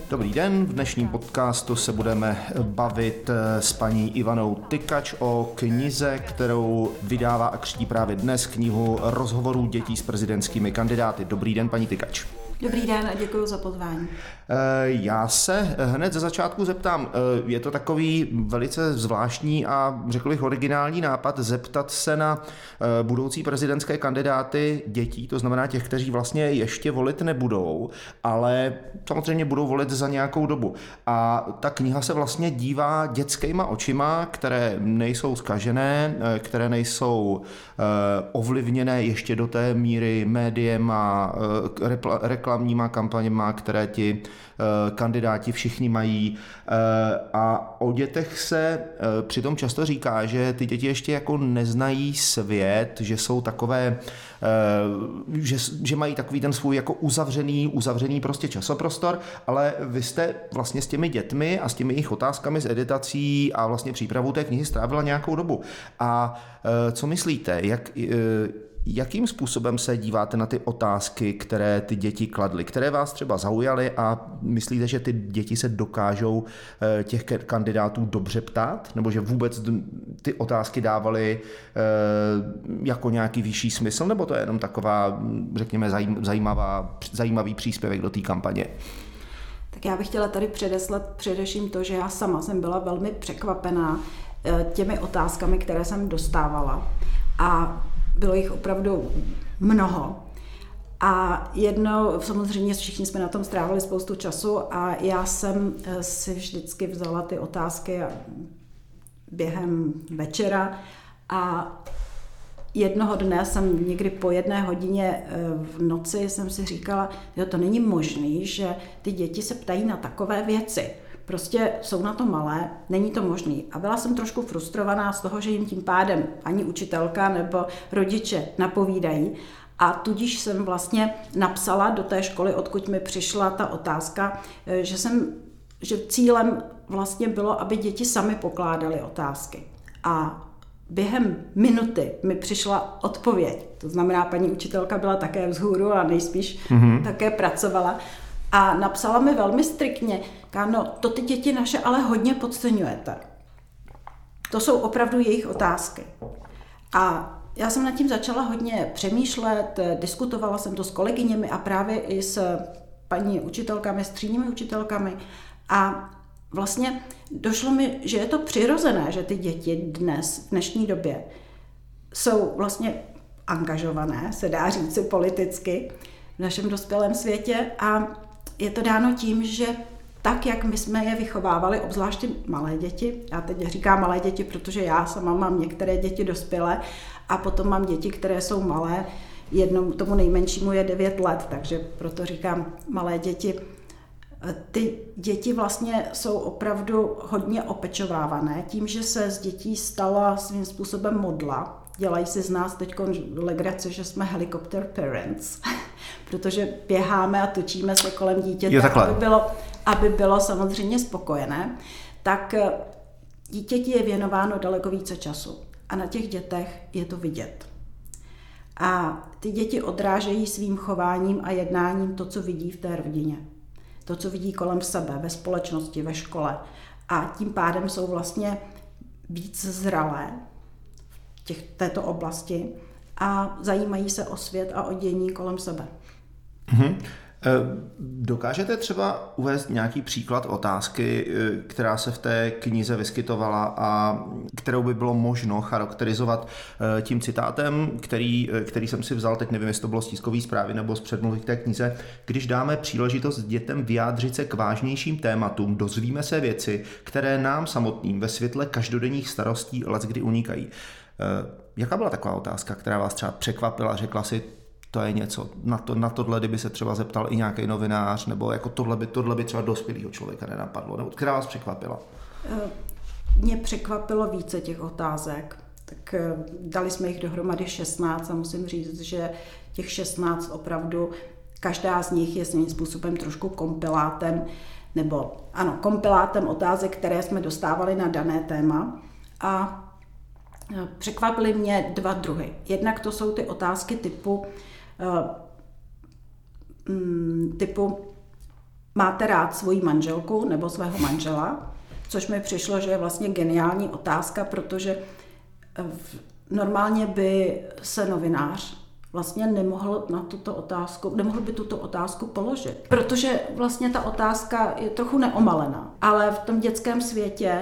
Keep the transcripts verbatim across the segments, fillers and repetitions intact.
Dobrý den, v dnešním podcastu se budeme bavit s paní Ivanou Tykač o knize, kterou vydává a křtí právě dnes, knihu rozhovorů dětí s prezidentskými kandidáty. Dobrý den, paní Tykač. Dobrý den a děkuji za pozvání. Já se hned ze začátku zeptám, je to takový velice zvláštní a řekl bych originální nápad zeptat se na budoucí prezidentské kandidáty dětí, to znamená těch, kteří vlastně ještě volit nebudou, ale samozřejmě budou volit za nějakou dobu. A ta kniha se vlastně dívá dětskýma očima, které nejsou zkažené, které nejsou ovlivněné ještě do té míry médiem a reklamníma kampaněma, které ti kandidáti všichni mají. A o dětech se přitom často říká, že ty děti ještě jako neznají svět, že jsou takové, že, že mají takový ten svůj jako uzavřený, uzavřený prostě časoprostor, ale vy jste vlastně s těmi dětmi a s těmi jejich otázkami, s editací a vlastně přípravou té knihy strávila nějakou dobu. A co myslíte, jak jakým způsobem se díváte na ty otázky, které ty děti kladly, které vás třeba zaujaly a myslíte, že ty děti se dokážou těch kandidátů dobře ptát? Nebo že vůbec ty otázky dávaly jako nějaký vyšší smysl? Nebo to je jenom taková, řekněme, zajímavá, zajímavý příspěvek do té kampaně? Tak já bych chtěla tady předeslat především to, že já sama jsem byla velmi překvapená těmi otázkami, které jsem dostávala. A bylo jich opravdu mnoho. A jedno, samozřejmě všichni jsme na tom strávili spoustu času a já jsem si vždycky vzala ty otázky během večera a jednoho dne jsem někdy po jedné hodině v noci jsem si říkala, že to není možný, že ty děti se ptají na takové věci. Prostě jsou na to malé, není to možný. A byla jsem trošku frustrovaná z toho, že jim tím pádem ani učitelka nebo rodiče napovídají. A tudíž jsem vlastně napsala do té školy, odkud mi přišla ta otázka, že, jsem, že cílem vlastně bylo, aby děti sami pokládaly otázky. A během minuty mi přišla odpověď. To znamená, paní učitelka byla také vzhůru a nejspíš mm-hmm. také pracovala. A napsala mi velmi striktně, no to ty děti naše ale hodně podceňujete. To jsou opravdu jejich otázky. A já jsem nad tím začala hodně přemýšlet, diskutovala jsem to s kolegyněmi a právě i s paní učitelkami, s třídními učitelkami. A vlastně došlo mi, že je to přirozené, že ty děti dnes, v dnešní době, jsou vlastně angažované, se dá říci politicky, v našem dospělém světě a je to dáno tím, že tak, jak my jsme je vychovávali, obzvláště malé děti, já teď říkám malé děti, protože já sama mám některé děti dospělé a potom mám děti, které jsou malé, jednomu tomu nejmenšímu je devět let, takže proto říkám malé děti. Ty děti vlastně jsou opravdu hodně opečovávané tím, že se z dětí stala svým způsobem modla. Dělají si z nás teď legraci, že jsme helicopter parents, protože běháme a točíme se kolem dítěte, aby bylo, aby bylo samozřejmě spokojené, tak dítěti je věnováno daleko více času a na těch dětech je to vidět. A ty děti odrážejí svým chováním a jednáním to, co vidí v té rodině, to, co vidí kolem sebe, ve společnosti, ve škole a tím pádem jsou vlastně víc zralé těch, této oblasti a zajímají se o svět a o dění kolem sebe. Mm-hmm. Dokážete třeba uvést nějaký příklad otázky, která se v té knize vyskytovala a kterou by bylo možno charakterizovat tím citátem, který, který jsem si vzal, teď nevím, jestli to bylo z tiskové zprávy nebo z předmluvy k té knize, když dáme příležitost dětem vyjádřit se k vážnějším tématům, dozvíme se věci, které nám samotným ve světle každodenních starostí leckdy unikají. Jaká byla taková otázka, která vás třeba překvapila, řekla si, to je něco, na, to, na tohle, kdyby se třeba zeptal i nějaký novinář, nebo jako tohle by, tohle by třeba dospělého člověka nenapadlo, nebo která vás překvapila? Mě překvapilo více těch otázek, tak dali jsme jich dohromady šestnáct a musím říct, že těch šestnáct opravdu, každá z nich je svým způsobem trošku kompilátem, nebo ano, kompilátem otázek, které jsme dostávali na dané téma a překvapily mě dva druhy. Jednak to jsou ty otázky typu, typu máte rád svoji manželku nebo svého manžela, což mi přišlo, že je vlastně geniální otázka, protože normálně by se novinář vlastně nemohl na tuto otázku, nemohl by tuto otázku položit, protože vlastně ta otázka je trochu neomalená, ale v tom dětském světě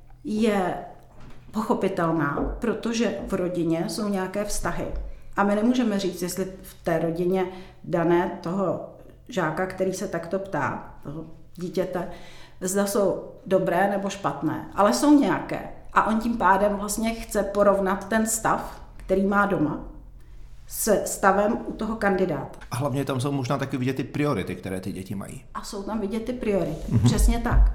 je pochopitelná, protože v rodině jsou nějaké vztahy. A my nemůžeme říct, jestli v té rodině dané toho žáka, který se takto ptá, toho dítěte, zda jsou dobré nebo špatné, ale jsou nějaké. A on tím pádem vlastně chce porovnat ten stav, který má doma, se stavem u toho kandidáta. A hlavně tam jsou možná taky vidět ty priority, které ty děti mají. A jsou tam vidět ty priority, mm-hmm. přesně tak.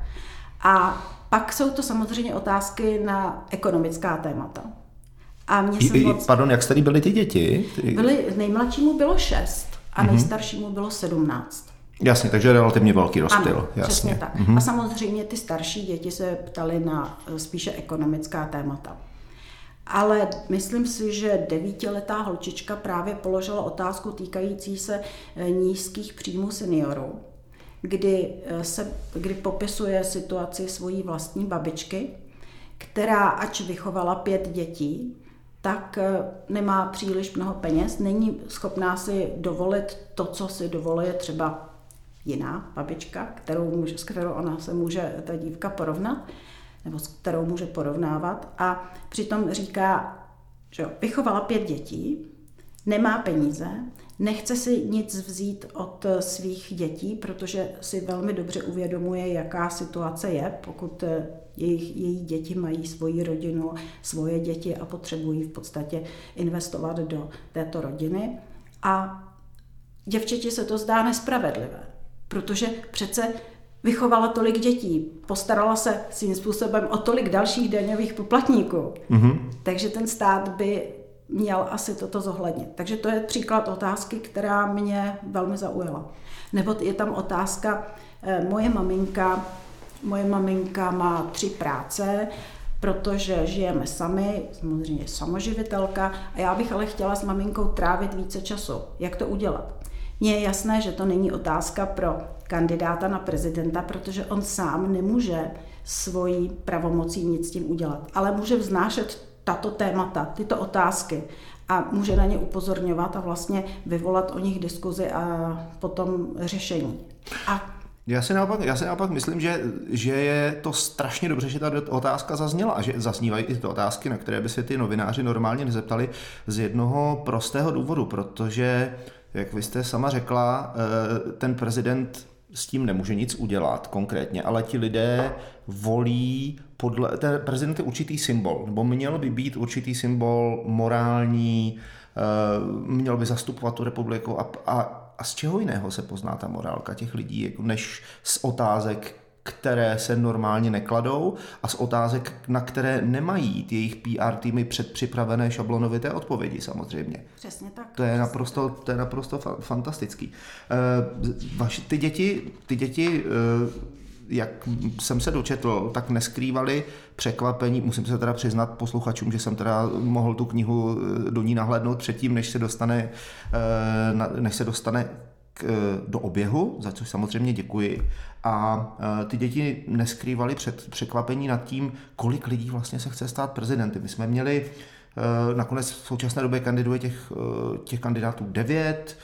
A pak jsou to samozřejmě otázky na ekonomická témata. A mě se I, moc... Pardon, jak starý byly ty děti? Byly, nejmladšímu bylo šest a mm-hmm. nejstaršímu bylo sedmnáct. Jasně, takže relativně velký rozptyl. Ano, jasně. Přesně tak. Mm-hmm. A samozřejmě ty starší děti se ptaly na spíše ekonomická témata. Ale myslím si, že devítiletá holčička právě položila otázku týkající se nízkých příjmů seniorů, kdy, se, kdy popisuje situaci svojí vlastní babičky, která ač vychovala pět dětí, tak nemá příliš mnoho peněz, není schopná si dovolit to, co si dovoluje třeba jiná babička, kterou může, s kterou ona se může ta dívka porovnat, nebo s kterou může porovnávat. A přitom říká, že vychovala pět dětí, nemá peníze, nechce si nic vzít od svých dětí, protože si velmi dobře uvědomuje, jaká situace je, pokud jejich, její děti mají svoji rodinu, svoje děti a potřebují v podstatě investovat do této rodiny. A děvčeti se to zdá nespravedlivé, protože přece vychovala tolik dětí, postarala se svým způsobem o tolik dalších daňových poplatníků, mm-hmm. takže ten stát by měl asi toto zohlednit. Takže to je příklad otázky, která mě velmi zaujala. Nebo je tam otázka, moje maminka, moje maminka má tři práce, protože žijeme sami, samozřejmě samoživitelka, a já bych ale chtěla s maminkou trávit více času. Jak to udělat? Mně je jasné, že to není otázka pro kandidáta na prezidenta, protože on sám nemůže svojí pravomocí nic s tím udělat, ale může vznášet tato témata, tyto otázky a může na ně upozorňovat a vlastně vyvolat o nich diskuzi a potom řešení. A Já si naopak, já si naopak myslím, že, že je to strašně dobře, že ta otázka zazněla a že zaznívají i ty otázky, na které by se ty novináři normálně nezeptali z jednoho prostého důvodu, protože, jak vy jste sama řekla, ten prezident s tím nemůže nic udělat konkrétně, ale ti lidé volí podle... Ten prezident je určitý symbol, nebo měl by být určitý symbol morální, měl by zastupovat tu republiku a, a A z čeho jiného se pozná ta morálka těch lidí, než z otázek, které se normálně nekladou a z otázek, na které nemají ty jejich P R týmy předpřipravené šablonovité odpovědi samozřejmě. Přesně tak. To je naprosto, to je naprosto fa- fantastický. Vaši, ty děti, ty děti, jak jsem se dočetl, tak neskrývali překvapení, musím se teda přiznat posluchačům, že jsem teda mohl tu knihu do ní nahlédnout předtím, než se dostane, než se dostane k, do oběhu, za což samozřejmě děkuji. A ty děti neskrývaly před překvapení nad tím, kolik lidí vlastně se chce stát prezidentem. My jsme měli, nakonec v současné době kandiduje těch, těch kandidátů devět,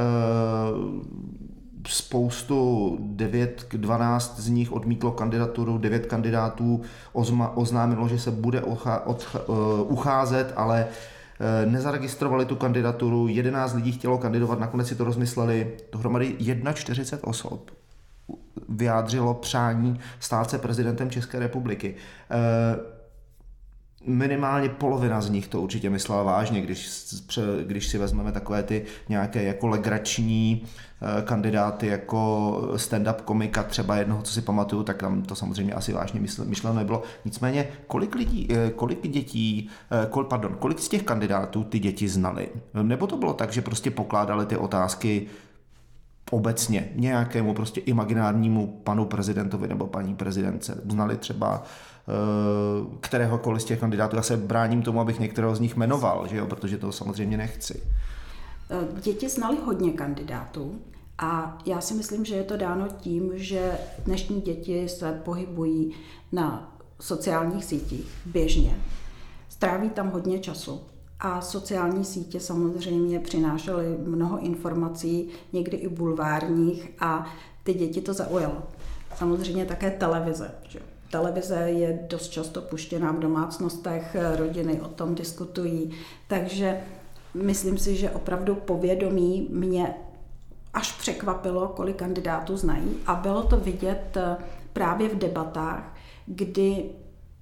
spoustu, devět k dvanáct z nich odmítlo kandidaturu, devět kandidátů ozma, oznámilo, že se bude ocha, od, uh, ucházet, ale uh, nezaregistrovali tu kandidaturu, jedenáct lidí chtělo kandidovat, nakonec si to rozmysleli, dohromady čtyřicet jedna osob vyjádřilo přání stát se prezidentem České republiky. Uh, Minimálně polovina z nich to určitě myslela vážně, když, když si vezmeme takové ty nějaké jako legrační kandidáty jako stand-up komika, třeba jednoho, co si pamatuju, tak tam to samozřejmě asi vážně myšleno nebylo. Nicméně, kolik lidí, kolik dětí, kol, pardon, kolik z těch kandidátů ty děti znali? Nebo to bylo tak, že prostě pokládali ty otázky obecně nějakému prostě imaginárnímu panu prezidentovi nebo paní prezidentce? Znali třeba kteréhokoliv z těch kandidátů. Já se bráním tomu, abych některého z nich jmenoval, že jo? Protože to samozřejmě nechci. Děti znali hodně kandidátů A já si myslím, že je to dáno tím, že dnešní děti se pohybují na sociálních sítích běžně. Stráví tam hodně času. A sociální sítě samozřejmě přinášely mnoho informací, někdy i bulvárních, a ty děti to zaujalo. Samozřejmě také televize. Že? Televize je dost často puštěná v domácnostech, rodiny o tom diskutují, takže myslím si, že opravdu povědomí mě až překvapilo, kolik kandidátů znají, a bylo to vidět právě v debatách, kdy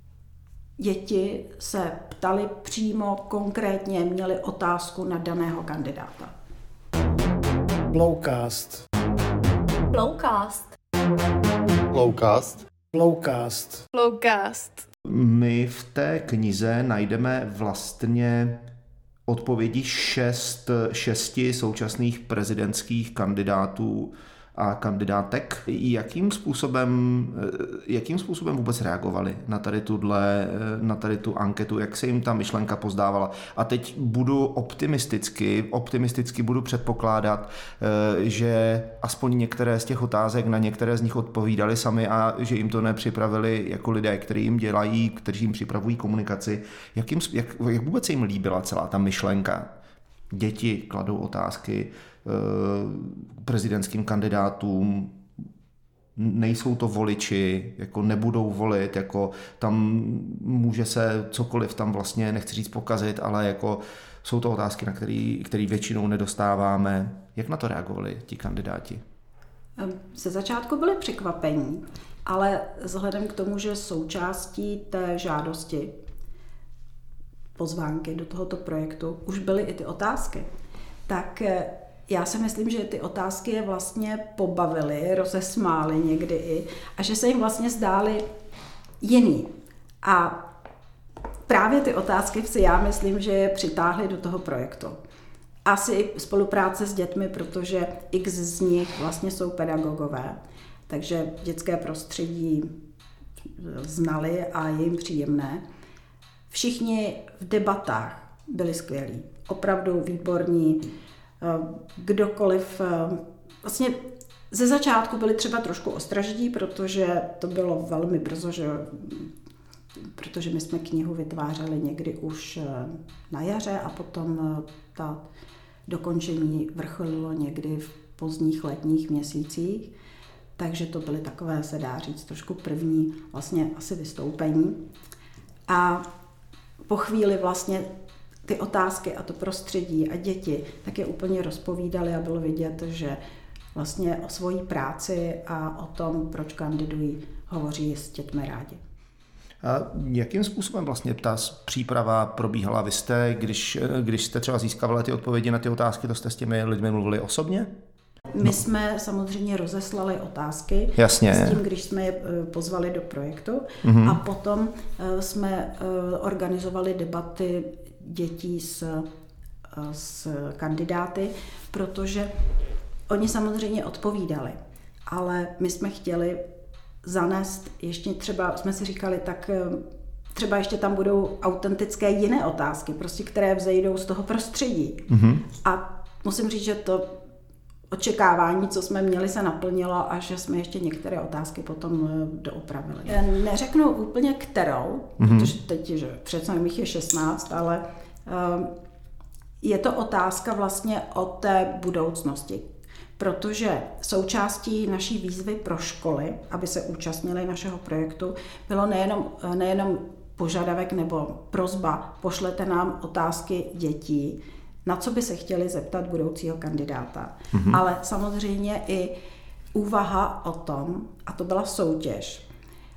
děti se ptali přímo, konkrétně měli otázku na daného kandidáta. Blowcast. Blowcast. Blowcast. Blowcast. Blowcast. My v té knize najdeme vlastně odpovědi šest, šesti současných prezidentských kandidátů a kandidátek. Jakým způsobem, jakým způsobem vůbec reagovali na tady, tudle, na tady tu anketu, jak se jim ta myšlenka pozdávala? A teď budu optimisticky, optimisticky budu předpokládat, že aspoň některé z těch otázek, na některé z nich odpovídali sami a že jim to nepřipravili jako lidé, kteří jim dělají, kteří jim připravují komunikaci. Jakým, jak, jak vůbec se jim líbila celá ta myšlenka? Děti kladou otázky prezidentským kandidátům, nejsou to voliči, jako nebudou volit, jako tam může se cokoliv tam vlastně, nechci říct pokazit, ale jako jsou to otázky, na který, který většinou nedostáváme. Jak na to reagovali ti kandidáti? Ze začátku byli překvapení, ale vzhledem k tomu, že součástí té žádosti pozvánky do tohoto projektu už byly i ty otázky, tak já si myslím, že ty otázky je vlastně pobavily, rozesmály někdy i, a že se jim vlastně zdály jiný. A právě ty otázky si já myslím, že je přitáhly do toho projektu. Asi i spolupráce s dětmi, protože x z nich vlastně jsou pedagogové, takže dětské prostředí znali a je jim příjemné. Všichni v debatách byli skvělí, opravdu výborní. Kdokoliv, vlastně ze začátku byli třeba trošku ostražití, protože to bylo velmi brzo, že, protože my jsme knihu vytvářeli někdy už na jaře a potom ta dokončení vrcholilo někdy v pozdních letních měsících, takže to byly takové, se dá říct, trošku první vlastně asi vystoupení. A po chvíli vlastně ty otázky a to prostředí a děti tak je úplně rozpovídali a bylo vidět, že vlastně o svojí práci a o tom, proč kandidují, hovoří s dětmi rádi. A jakým způsobem vlastně ta příprava probíhala? Vy jste, když, když jste třeba získávali ty odpovědi na ty otázky, to jste s těmi lidmi mluvili osobně? My jsme samozřejmě rozeslali otázky. Jasně. S tím, když jsme je pozvali do projektu, mm-hmm. a potom jsme organizovali debaty dětí s, s kandidáty, protože oni samozřejmě odpovídali, ale my jsme chtěli zanést ještě třeba, jsme si říkali, tak třeba ještě tam budou autentické jiné otázky, prostě které vzejdou z toho prostředí. Mm-hmm. A musím říct, že to očekávání, co jsme měli, se naplnilo a že jsme ještě některé otázky potom doopravili. Neřeknu úplně kterou, mm-hmm. protože teď, že přece jich je šestnáct, ale um, je to otázka vlastně o té budoucnosti. Protože součástí naší výzvy pro školy, aby se účastnili našeho projektu, bylo nejenom, nejenom požadavek nebo prosba, pošlete nám otázky dětí, na co by se chtěli zeptat budoucího kandidáta. Mm-hmm. Ale samozřejmě i úvaha o tom, a to byla soutěž,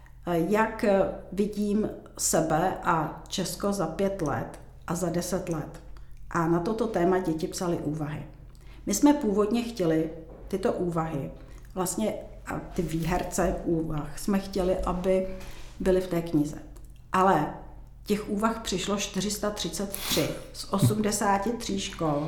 jak vidím sebe a Česko za pět let a za deset let. A na toto téma děti psaly úvahy. My jsme původně chtěli tyto úvahy, vlastně a ty výherce úvah, jsme chtěli, aby byly v té knize. Ale těch úvah přišlo čtyři sta třicet tři z osmdesáti tří škol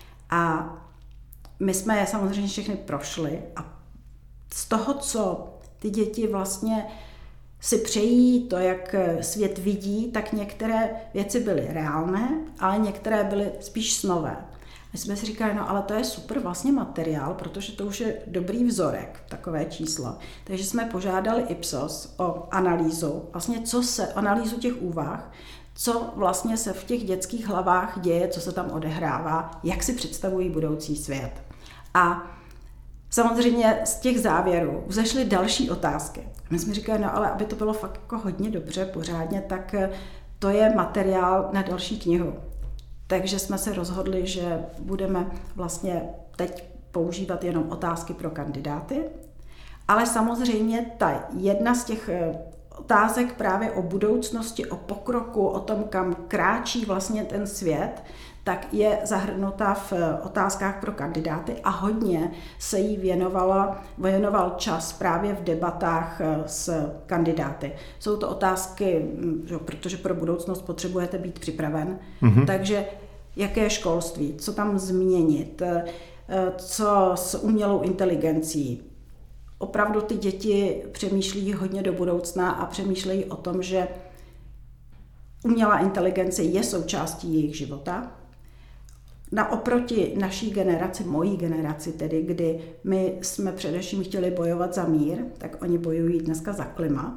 a my jsme je samozřejmě všechny prošli a z toho, co ty děti vlastně si přejí, to, jak svět vidí, tak některé věci byly reálné, ale některé byly spíš snové. My jsme si říkali, no ale to je super vlastně materiál, protože to už je dobrý vzorek, takové číslo. Takže jsme požádali Ipsos o analýzu, vlastně co se, analýzu těch úvah, co vlastně se v těch dětských hlavách děje, co se tam odehrává, jak si představují budoucí svět. A samozřejmě z těch závěrů vzešly další otázky. My jsme říkali, no ale aby to bylo fakt jako hodně dobře, pořádně, tak to je materiál na další knihu. Takže jsme se rozhodli, že budeme vlastně teď používat jenom otázky pro kandidáty, ale samozřejmě ta jedna z těch otázek právě o budoucnosti, o pokroku, o tom, kam kráčí vlastně ten svět, tak je zahrnuta v otázkách pro kandidáty a hodně se jí věnovala, věnoval čas právě v debatách s kandidáty. Jsou to otázky, protože pro budoucnost potřebujete být připraven, mm-hmm. takže jaké školství, co tam změnit, co s umělou inteligencí. Opravdu ty děti přemýšlí hodně do budoucna a přemýšlejí o tom, že umělá inteligence je součástí jejich života. Naoproti naší generaci, mojí generaci tedy, kdy my jsme především chtěli bojovat za mír, tak oni bojují dneska za klima.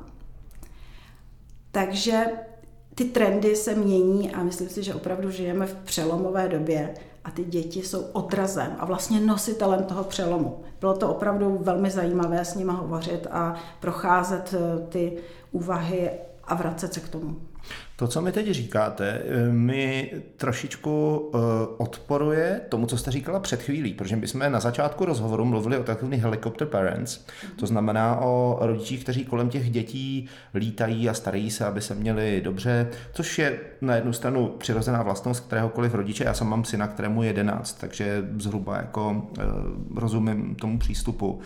Takže ty trendy se mění a myslím si, že opravdu žijeme v přelomové době a ty děti jsou odrazem a vlastně nositelem toho přelomu. Bylo to opravdu velmi zajímavé s nimi hovořit a procházet ty úvahy a vracet se k tomu. To, co mi teď říkáte, mi trošičku odporuje tomu, co jste říkala před chvílí, protože my jsme na začátku rozhovoru mluvili o takových helicopter parents, to znamená o rodičích, kteří kolem těch dětí lítají a starají se, aby se měli dobře, což je na jednu stranu přirozená vlastnost kteréhokoliv rodiče. Já sám mám syna, kterému je jedenáct, takže zhruba jako rozumím tomu přístupu.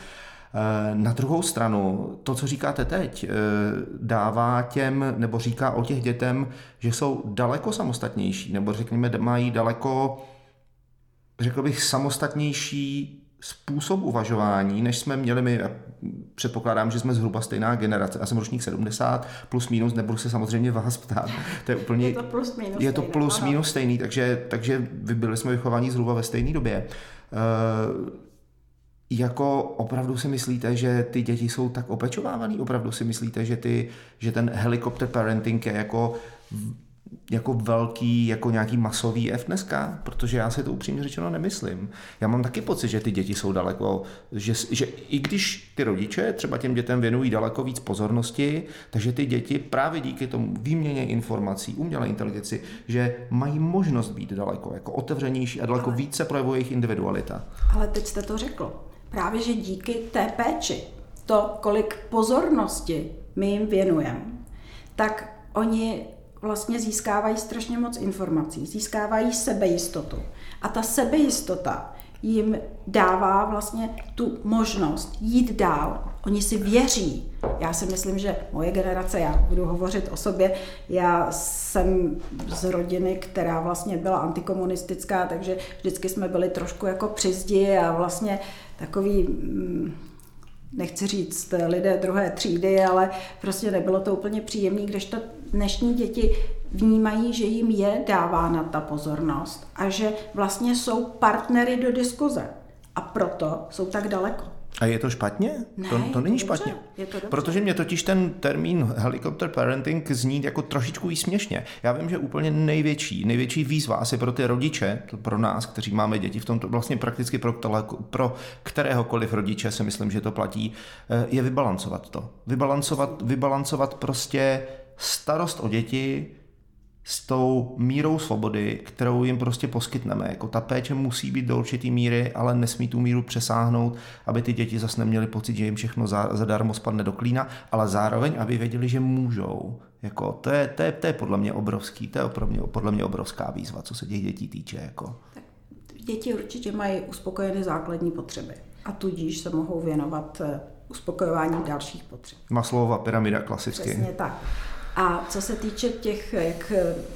Na druhou stranu, to, co říkáte teď, dává těm, nebo říká o těch dětem, že jsou daleko samostatnější, nebo řekněme, mají daleko, řekl bych, samostatnější způsob uvažování, než jsme měli my. Předpokládám, že jsme zhruba stejná generace. Já jsem ročník sedmdesát, plus minus, nebudu se samozřejmě vás ptát. To je úplně, je to plus minus je to stejný, plus minus stejný, takže, takže byli jsme vychovaní zhruba ve stejné době. Uh, Jako opravdu si myslíte, že ty děti jsou tak opečovávaný? Opravdu si myslíte, že, ty, že ten helicopter parenting je jako, jako velký, jako nějaký masový jev dneska? Protože já si to upřímně řečeno nemyslím. Já mám taky pocit, že ty děti jsou daleko, že, že i když ty rodiče třeba těm dětem věnují daleko víc pozornosti, takže ty děti právě díky tomu výměně informací, umělé inteligenci, že mají možnost být daleko jako otevřenější a daleko ale, více projevuje jejich individualita. Ale teď jste to řekl. Právě, že díky té péči, to, kolik pozornosti my jim věnujeme, tak oni vlastně získávají strašně moc informací, získávají sebejistotu. A ta sebejistota jim dává vlastně tu možnost jít dál. Oni si věří. Já si myslím, že moje generace, já budu hovořit o sobě, já jsem z rodiny, která vlastně byla antikomunistická, takže vždycky jsme byli trošku jako při zdi a vlastně takový, nechci říct lidé druhé třídy, ale prostě nebylo to úplně příjemné, kdežto dnešní děti vnímají, že jim je dávána ta pozornost a že vlastně jsou partnery do diskuze a proto jsou tak daleko. A je to špatně? Ne, to, to není je to špatně. dobře, je to dobře. Protože mě totiž ten termín helicopter parenting zní jako trošičku výsměšně. Já vím, že úplně největší, největší výzva asi pro ty rodiče, pro nás, kteří máme děti v tomto, vlastně prakticky pro, pro kteréhokoliv rodiče si myslím, že to platí, je vybalancovat to. Vybalancovat, vybalancovat prostě starost o děti s tou mírou svobody, kterou jim prostě poskytneme. Jako ta péče musí být do určitý míry, ale nesmí tu míru přesáhnout, aby ty děti zase neměly pocit, že jim všechno zadarmo spadne do klína, ale zároveň, aby věděli, že můžou. Jako, to, je, to, je, to je podle mě obrovský, to je podle mě, podle mě obrovská výzva, co se těch dětí týče. Jako. Tak děti určitě mají uspokojené základní potřeby a tudíž se mohou věnovat uspokojování dalších potřeb. Maslowova pyramida klasicky. Přesně tak. A co se týče těch, jak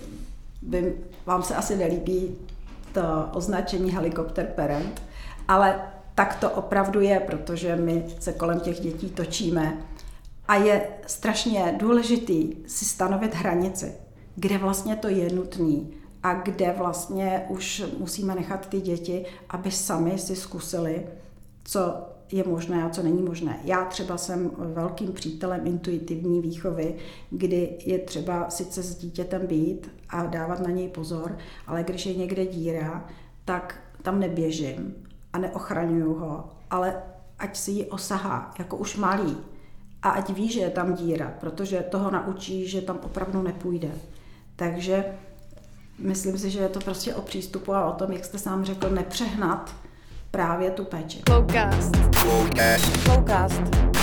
by, vám se asi nelíbí to označení helicopter parent, ale tak to opravdu je, protože my se kolem těch dětí točíme a je strašně důležitý si stanovit hranici, kde vlastně to je nutný a kde vlastně už musíme nechat ty děti, aby sami si zkusili, co je možné a co není možné. Já třeba jsem velkým přítelem intuitivní výchovy, kdy je třeba sice s dítětem být a dávat na něj pozor, ale když je někde díra, tak tam neběžím a neochraňuju ho, ale ať si ji osahá, jako už malý. A ať ví, že je tam díra, protože toho naučí, že tam opravdu nepůjde. Takže myslím si, že je to prostě o přístupu a o tom, jak jste sám řekl, nepřehnat právě tu péči. Flowcast. Flowcast.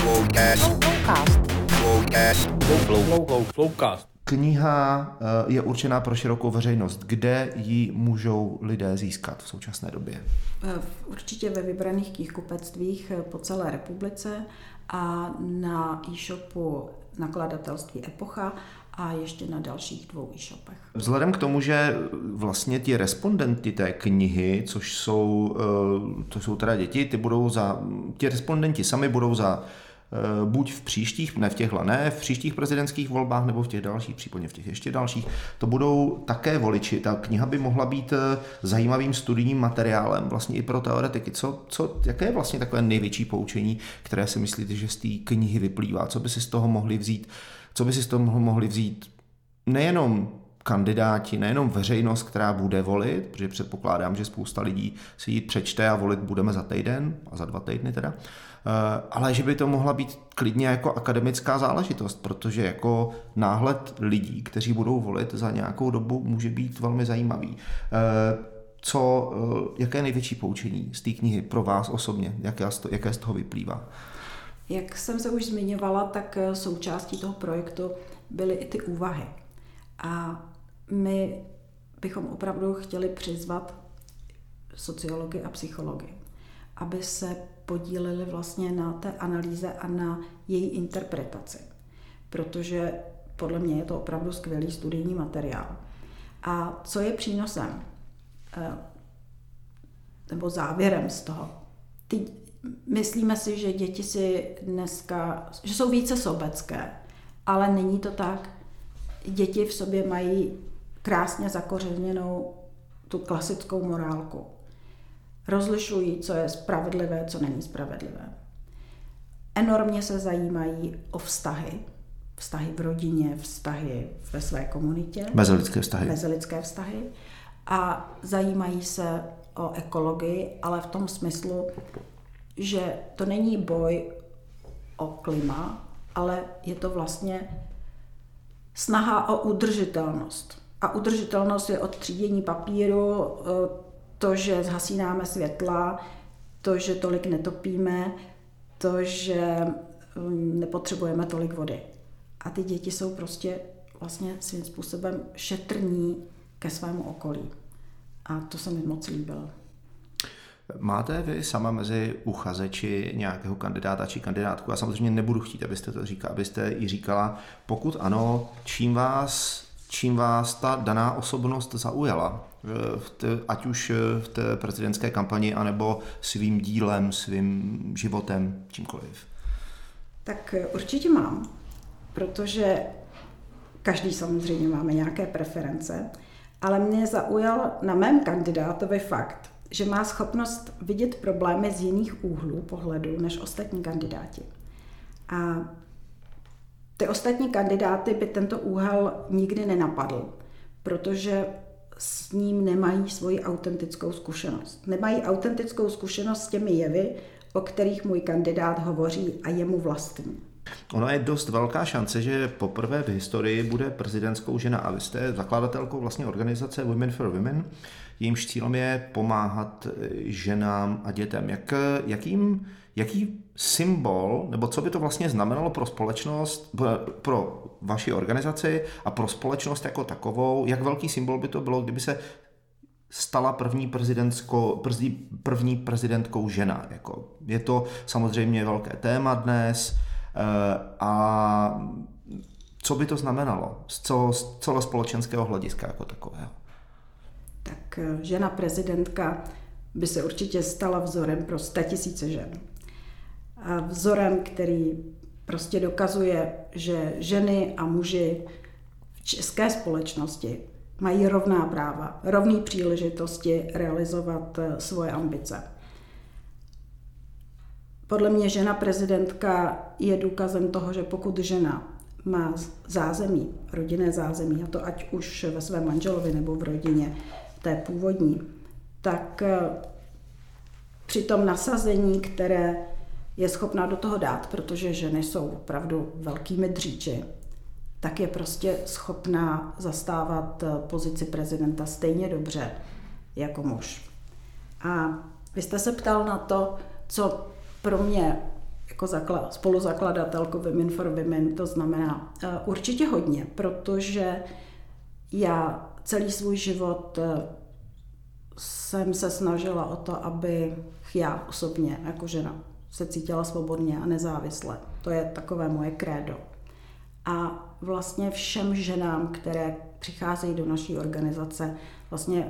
Flowcast. Flowcast. Kniha je určená pro širokou veřejnost. Kde ji můžou lidé získat v současné době? Určitě ve vybraných knihkupectvích po celé republice a na e-shopu nakladatelství Epocha a ještě na dalších dvou e-shopech. Vzhledem k tomu, že vlastně ti respondenti té knihy, což jsou, to jsou teda děti, ty budou za, ti respondenti sami budou za buď v příštích, ne v těchhle, ne, v příštích prezidentských volbách nebo v těch dalších, případně v těch ještě dalších, to budou také voliči. Ta kniha by mohla být zajímavým studijním materiálem vlastně i pro teoretiky. Co, co, jaké je vlastně takové největší poučení, které si myslíte, že z té knihy vyplývá? Co by si z toho mohli vzít? Co by si z toho mohli vzít nejenom kandidáti, nejenom veřejnost, která bude volit, protože předpokládám, že spousta lidí si ji přečte a volit budeme za týden a za dva týdny teda, ale že by to mohla být klidně jako akademická záležitost, protože jako náhled lidí, kteří budou volit za nějakou dobu, může být velmi zajímavý. Co, jaké je největší poučení z té knihy pro vás osobně? Jaké, jaké z toho vyplývá? Jak jsem se už zmiňovala, tak součástí toho projektu byly i ty úvahy. A my bychom opravdu chtěli přizvat sociology a psychology, aby se podíleli vlastně na té analýze a na její interpretaci. Protože podle mě je to opravdu skvělý studijní materiál. A co je přínosem, nebo závěrem z toho? Ty, myslíme si, že děti si dneska, že jsou více sobecké, ale není to tak. Děti v sobě mají krásně zakořeněnou tu klasickou morálku. Rozlišují, co je spravedlivé, co není spravedlivé. Enormně se zajímají o vztahy. Vztahy v rodině, vztahy ve své komunitě. Mezilidské vztahy. Mezilidské vztahy. A zajímají se o ekologii, ale v tom smyslu, že to není boj o klima, ale je to vlastně snaha o udržitelnost. A udržitelnost je od třídění papíru, to, že zhasínáme světla, to, že tolik netopíme, to, že nepotřebujeme tolik vody. A ty děti jsou prostě vlastně svým způsobem šetrní ke svému okolí. A to se mi moc líbilo. Máte vy sama mezi uchazeči nějakého kandidáta či kandidátku? Já samozřejmě nebudu chtít, abyste to říkala, abyste jí říkala, pokud ano, čím vás, čím vás ta daná osobnost zaujala, v té, ať už v té prezidentské kampani, anebo svým dílem, svým životem, čímkoliv? Tak určitě mám, protože každý samozřejmě máme nějaké preference, ale mě zaujal na mém kandidátovi fakt, že má schopnost vidět problémy z jiných úhlů pohledu než ostatní kandidáti. A ty ostatní kandidáty by tento úhel nikdy nenapadl, protože s ním nemají svoji autentickou zkušenost. Nemají autentickou zkušenost s těmi jevy, o kterých můj kandidát hovoří a je mu vlastní. Ono je dost velká šance, že poprvé v historii bude prezidentskou žena a vy jste zakladatelkou vlastně organizace Women for Women. Jejímž cílem je pomáhat ženám a dětem. Jak, jakým, jaký symbol, nebo co by to vlastně znamenalo pro společnost, pro vaši organizaci a pro společnost jako takovou, jak velký symbol by to bylo, kdyby se stala první, prezidentskou, první prezidentkou žena. Jako, je to samozřejmě velké téma dnes a co by to znamenalo z celospolečenského hlediska jako takového? Tak žena prezidentka by se určitě stala vzorem pro statisíce žen. A vzorem, který prostě dokazuje, že ženy a muži v české společnosti mají rovná práva, rovné příležitosti realizovat svoje ambice. Podle mě žena prezidentka je důkazem toho, že pokud žena má zázemí, rodinné zázemí, a to ať už ve svém manželovi nebo v rodině té původní, tak při tom nasazení, které je schopná do toho dát, protože ženy jsou opravdu velkými dříči, tak je prostě schopná zastávat pozici prezidenta stejně dobře jako muž. A vy jste se ptal na to, co pro mě jako zakla- spoluzakladatelku Women for Women, to znamená uh, určitě hodně, protože já celý svůj život uh, jsem se snažila o to, aby já osobně jako žena se cítila svobodně a nezávisle. To je takové moje krédo. A vlastně všem ženám, které přicházejí do naší organizace, vlastně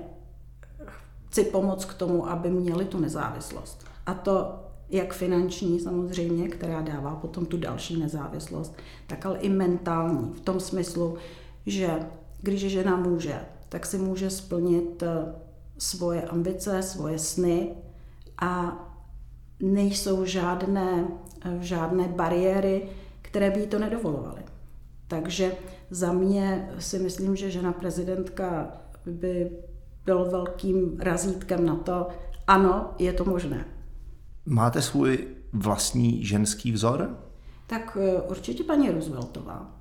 chci pomoct k tomu, aby měli tu nezávislost. A to jak finanční samozřejmě, která dává potom tu další nezávislost, tak ale i mentální. V tom smyslu, že když žena může, tak si může splnit svoje ambice, svoje sny a nejsou žádné, žádné bariéry, které by jí to nedovolovaly. Takže za mě si myslím, že žena prezidentka by byl velkým razítkem na to, ano, je to možné. Máte svůj vlastní ženský vzor? Tak určitě paní Rooseveltová,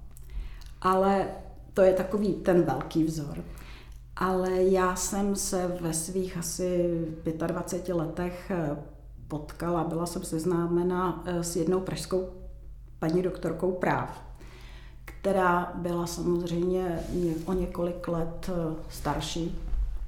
ale to je takový ten velký vzor. Ale já jsem se ve svých asi dvaceti pěti letech potkala, byla jsem seznámena s jednou pražskou paní doktorkou práv, která byla samozřejmě o několik let starší,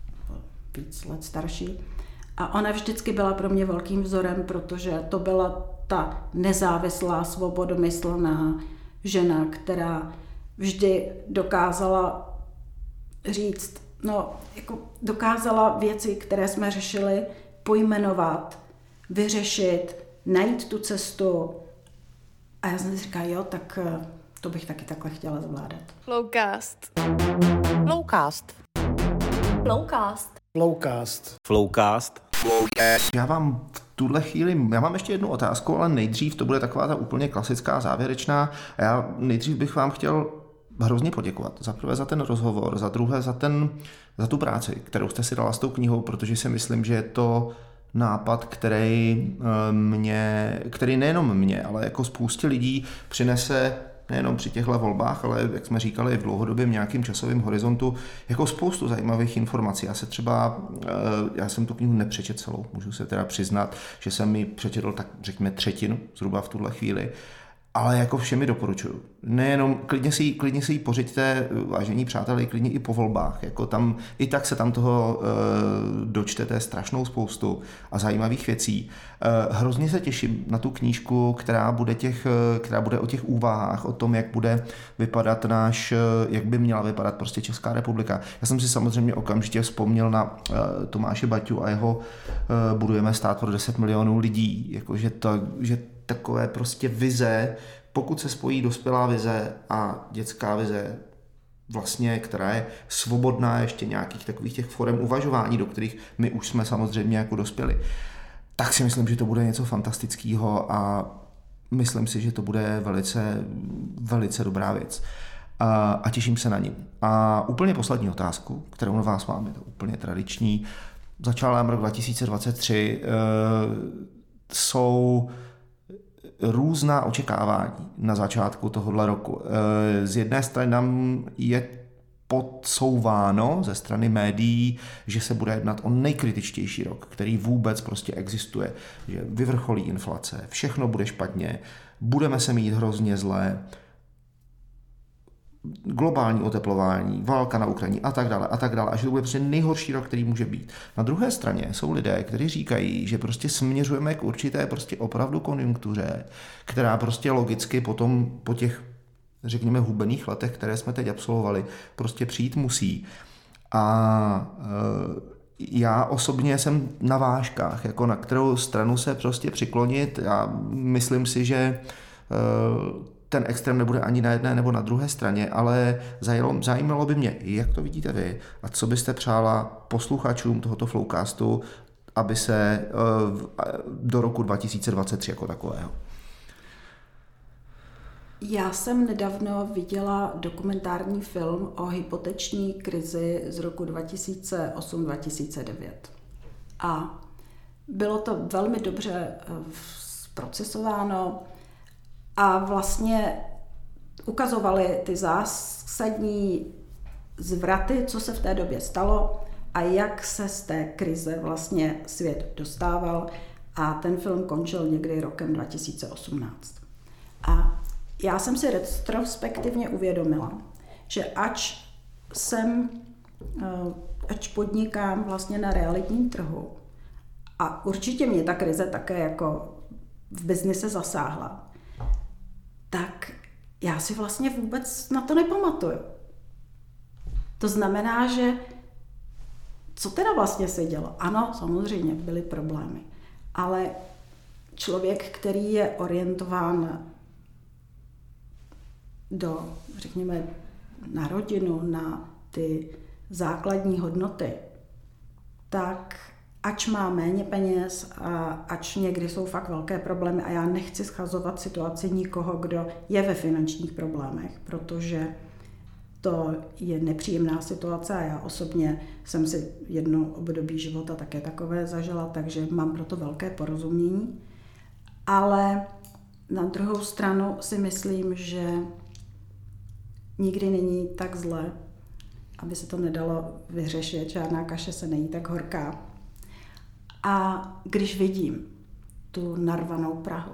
víc let starší. A ona vždycky byla pro mě velkým vzorem, protože to byla ta nezávislá, svobodomyslná žena, která vždy dokázala říct, no, jako dokázala věci, které jsme řešili, pojmenovat, vyřešit, najít tu cestu. A já jsem si říkala, jo, tak to bych taky takhle chtěla zvládat. Flowcast. Flowcast. Flowcast. Flowcast. Flowcast. Já vám v tuhle chvíli, já mám ještě jednu otázku, ale nejdřív to bude taková ta úplně klasická závěrečná. A já nejdřív bych vám chtěl hrozně poděkovat. Za prvé za ten rozhovor, za druhé za, ten, za tu práci, kterou jste si dala s tou knihou, protože si myslím, že je to nápad, který mě, který nejenom mě, ale jako spoustě lidí přinese nejenom při těchto volbách, ale jak jsme říkali v dlouhodobém nějakým časovém horizontu, jako spoustu zajímavých informací. Já se třeba, já jsem tu knihu nepřečetl celou, můžu se teda přiznat, že jsem mi přečetl tak řekněme třetinu zhruba v tuhle chvíli, ale jako všemi doporučuju. Nejenom, klidně si, klidně si ji pořiďte, vážení přátelé, klidně i po volbách. Jako tam, i tak se tam toho e, dočtete strašnou spoustu a zajímavých věcí. E, hrozně se těším na tu knížku, která bude, těch, která bude o těch úvahách, o tom, jak bude vypadat náš, jak by měla vypadat prostě Česká republika. Já jsem si samozřejmě okamžitě vzpomněl na e, Tomáše Baťu a jeho e, Budujeme stát pro deset milionů lidí. Jako, že to, že takové prostě vize, pokud se spojí dospělá vize a dětská vize, vlastně, která je svobodná ještě nějakých takových těch forem uvažování, do kterých my už jsme samozřejmě jako dospěli, tak si myslím, že to bude něco fantastického a myslím si, že to bude velice, velice dobrá věc. A, a těším se na ní. A úplně poslední otázku, kterou na vás mám, je to úplně tradiční. Začal nám rok dva tisíce dvacet tři, e, jsou různá očekávání na začátku tohohle roku. Z jedné strany nám je podsouváno ze strany médií, že se bude jednat o nejkritičtější rok, který vůbec prostě existuje, že vyvrcholí inflace, všechno bude špatně, budeme se mít hrozně zlé, globální oteplování, válka na Ukrajině a tak dále a tak dále, a že to bude prostě nejhorší rok, který může být. Na druhé straně jsou lidé, kteří říkají, že prostě směřujeme k určité prostě opravdu konjunktuře, která prostě logicky potom po těch, řekněme, hubených letech, které jsme teď absolvovali, prostě přijít musí. A e, já osobně jsem na vážkách, jako na kterou stranu se prostě přiklonit. Já myslím si, že e, ten extrém nebude ani na jedné nebo na druhé straně, ale zajímalo, zajímalo by mě, jak to vidíte vy a co byste přála posluchačům tohoto Flowcastu, aby se do roku dva tisíce dvacet tři jako takového. Já jsem nedávno viděla dokumentární film o hypoteční krizi z roku dva tisíce osm dva tisíce devět. A bylo to velmi dobře zprocesováno a vlastně ukazovali ty zásadní zvraty, co se v té době stalo a jak se z té krize vlastně svět dostával. A ten film končil někdy rokem dva tisíce osmnáct. A já jsem si retrospektivně uvědomila, že ač jsem, ač podnikám vlastně na realitním trhu a určitě mě ta krize také jako v biznise zasáhla, tak já si vlastně vůbec na to nepamatuju. To znamená, že co teda vlastně se dělo? Ano, samozřejmě byly problémy, ale člověk, který je orientován do, řekněme, na rodinu, na ty základní hodnoty, tak ač má méně peněz a ač někdy jsou fakt velké problémy a já nechci schazovat situaci nikoho, kdo je ve finančních problémech, protože to je nepříjemná situace a já osobně jsem si jedno období života také takové zažila, takže mám proto velké porozumění. Ale na druhou stranu si myslím, že nikdy není tak zle, aby se to nedalo vyřešit, žádná kaše se nejí tak horká. A když vidím tu narvanou Prahu,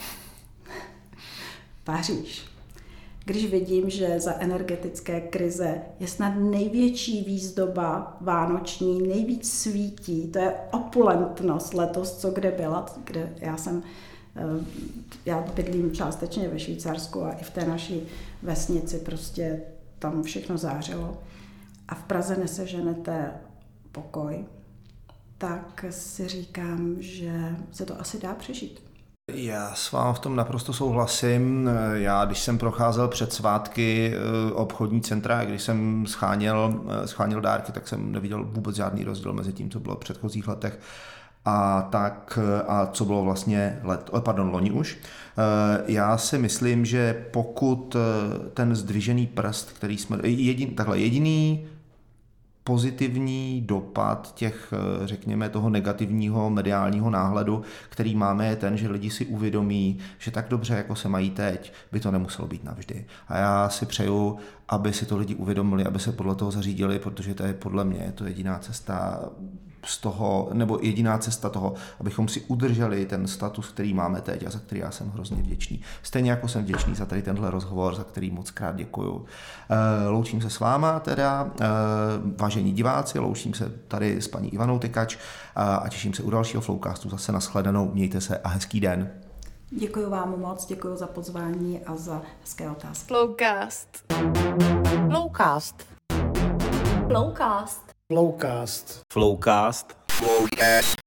Paříž, když vidím, že za energetické krize je snad největší výzdoba vánoční, nejvíc svítí, to je opulentnost letos, co kde byla, kde já jsem, já bydlím částečně ve Švýcarsku a i v té naší vesnici prostě tam všechno zářilo a v Praze neseženete pokoj, tak si říkám, že se to asi dá přežít. Já s vámi v tom naprosto souhlasím. Já, když jsem procházel před svátky obchodní centra, když jsem scháněl, scháněl dárky, tak jsem neviděl vůbec žádný rozdíl mezi tím, co bylo v předchozích letech a tak a co bylo vlastně let, pardon, loni už. Já si myslím, že pokud ten zdvižený prst, který jsme, jedin, takhle jediný pozitivní dopad těch, řekněme, toho negativního mediálního náhledu, který máme, je ten, že lidi si uvědomí, že tak dobře, jako se mají teď, by to nemuselo být navždy. A já si přeju, aby si to lidi uvědomili, aby se podle toho zařídili, protože to je podle mě je to jediná cesta z toho, nebo jediná cesta toho, abychom si udrželi ten status, který máme teď a za který já jsem hrozně vděčný. Stejně jako jsem vděčný za tady tenhle rozhovor, za který moc krát děkuju. Loučím se s váma teda, vážení diváci, loučím se tady s paní Ivanou Tykač a těším se u dalšího Flowcastu zase na shledanou. Mějte se a hezký den. Děkuji vám moc, děkuji za pozvání a za hezké otázky. Flowcast. Flowcast. Flowcast. Flowcast. Flowcast. Flowcast.